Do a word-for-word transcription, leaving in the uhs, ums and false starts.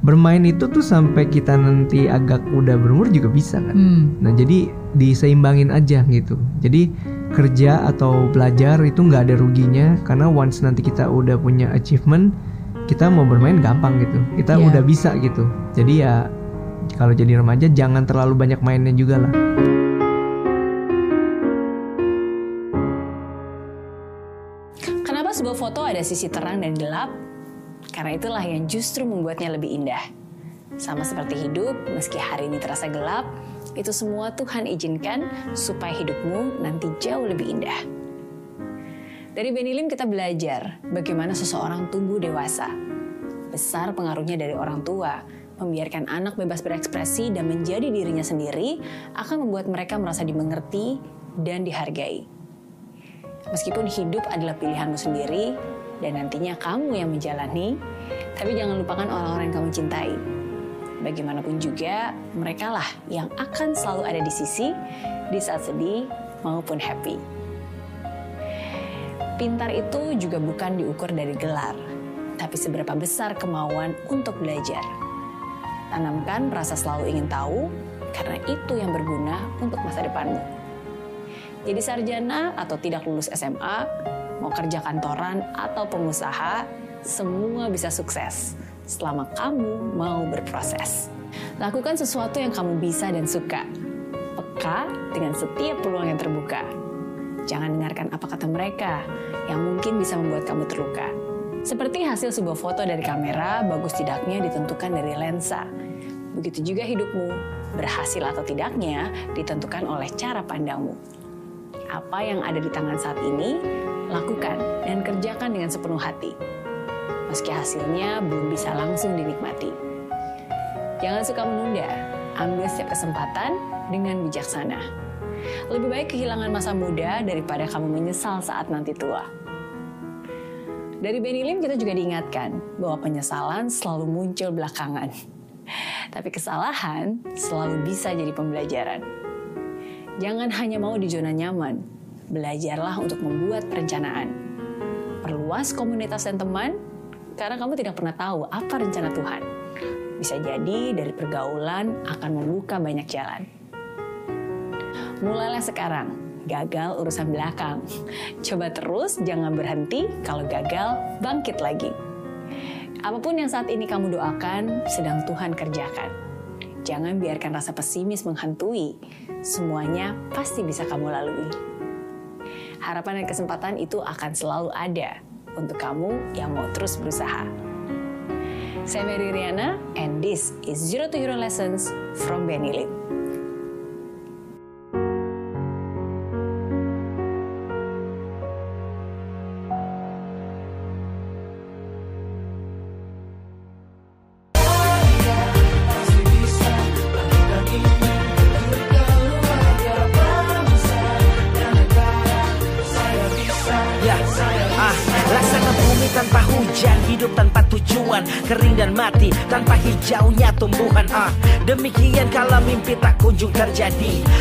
bermain itu tuh sampai kita nanti agak udah berumur juga bisa kan. Hmm. Nah jadi diseimbangin aja gitu. Jadi kerja atau belajar itu nggak ada ruginya, karena once nanti kita udah punya achievement, kita mau bermain gampang gitu. Kita Yeah. udah bisa gitu. Jadi ya kalau jadi remaja jangan terlalu banyak mainnya juga lah. Kenapa sebuah foto ada sisi terang dan gelap? Karena itulah yang justru membuatnya lebih indah. Sama seperti hidup, meski hari ini terasa gelap, itu semua Tuhan izinkan supaya hidupmu nanti jauh lebih indah. Dari Benny Lim kita belajar bagaimana seseorang tumbuh dewasa. Besar pengaruhnya dari orang tua. Membiarkan anak bebas berekspresi dan menjadi dirinya sendiri akan membuat mereka merasa dimengerti dan dihargai. Meskipun hidup adalah pilihanmu sendiri dan nantinya kamu yang menjalani, tapi jangan lupakan orang-orang yang kamu cintai. Bagaimanapun juga, merekalah yang akan selalu ada di sisi di saat sedih maupun happy. Pintar itu juga bukan diukur dari gelar, tapi seberapa besar kemauan untuk belajar. Tanamkan rasa selalu ingin tahu, karena itu yang berguna untuk masa depanmu. Jadi sarjana atau tidak lulus S M A, mau kerja kantoran atau pengusaha, semua bisa sukses selama kamu mau berproses. Lakukan sesuatu yang kamu bisa dan suka. Peka dengan setiap peluang yang terbuka. Jangan dengarkan apa kata mereka yang mungkin bisa membuat kamu terluka. Seperti hasil sebuah foto dari kamera, bagus tidaknya ditentukan dari lensa. Begitu juga hidupmu, berhasil atau tidaknya ditentukan oleh cara pandangmu. Apa yang ada di tangan saat ini, lakukan dan kerjakan dengan sepenuh hati. Meski hasilnya belum bisa langsung dinikmati. Jangan suka menunda, ambil setiap kesempatan dengan bijaksana. Lebih baik kehilangan masa muda daripada kamu menyesal saat nanti tua. Dari Benny Lim kita juga diingatkan bahwa penyesalan selalu muncul belakangan. Tapi kesalahan selalu bisa jadi pembelajaran. Jangan hanya mau di zona nyaman, belajarlah untuk membuat perencanaan. Perluas komunitas dan teman, karena kamu tidak pernah tahu apa rencana Tuhan. Bisa jadi dari pergaulan akan membuka banyak jalan. Mulailah sekarang, gagal urusan belakang. Coba terus, jangan berhenti, kalau gagal, bangkit lagi. Apapun yang saat ini kamu doakan, sedang Tuhan kerjakan. Jangan biarkan rasa pesimis menghantui. Semuanya pasti bisa kamu lalui. Harapan dan kesempatan itu akan selalu ada untuk kamu yang mau terus berusaha. Saya Mary Riana, and this is Zero to Hero Lessons from Benny Lim. Tanpa hujan, hidup tanpa tujuan, kering dan mati tanpa hijaunya tumbuhan. Ah, demikian kalau mimpi tak kunjung terjadi.